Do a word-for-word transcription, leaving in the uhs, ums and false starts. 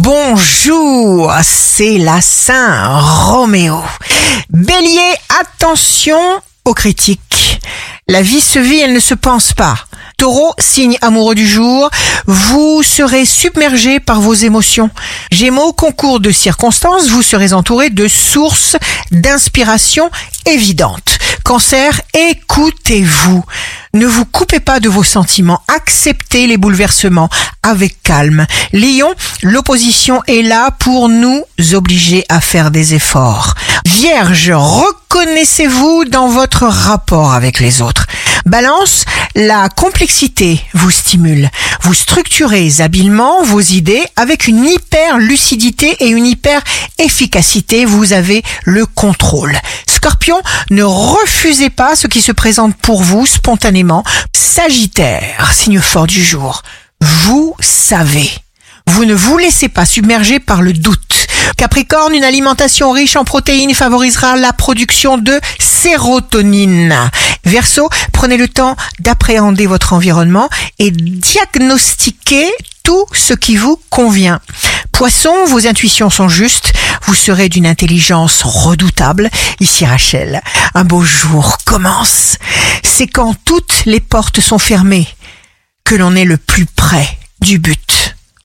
Bonjour, c'est la Saint-Roméo. Bélier, attention aux critiques. La vie se vit, elle ne se pense pas. Taureau, signe amoureux du jour, vous serez submergé par vos émotions. Gémeaux, concours de circonstances, vous serez entouré de sources d'inspiration évidentes. Cancer, écoutez-vous. Ne vous coupez pas de vos sentiments, acceptez les bouleversements avec calme. Lion, l'opposition est là pour nous obliger à faire des efforts. Vierge, reconnaissez-vous dans votre rapport avec les autres. Balance, la complexité vous stimule. Vous structurez habilement vos idées avec une hyper lucidité et une hyper efficacité. Vous avez le contrôle. Scorpion, ne refusez pas ce qui se présente pour vous spontanément. Sagittaire, signe fort du jour, vous savez. Vous ne vous laissez pas submerger par le doute. Capricorne, une alimentation riche en protéines favorisera la production de sérotonine. Verseau, prenez le temps d'appréhender votre environnement et diagnostiquer tout ce qui vous convient. Poisson, vos intuitions sont justes, vous serez d'une intelligence redoutable. Ici Rachel, un beau jour commence. C'est quand toutes les portes sont fermées que l'on est le plus près du but.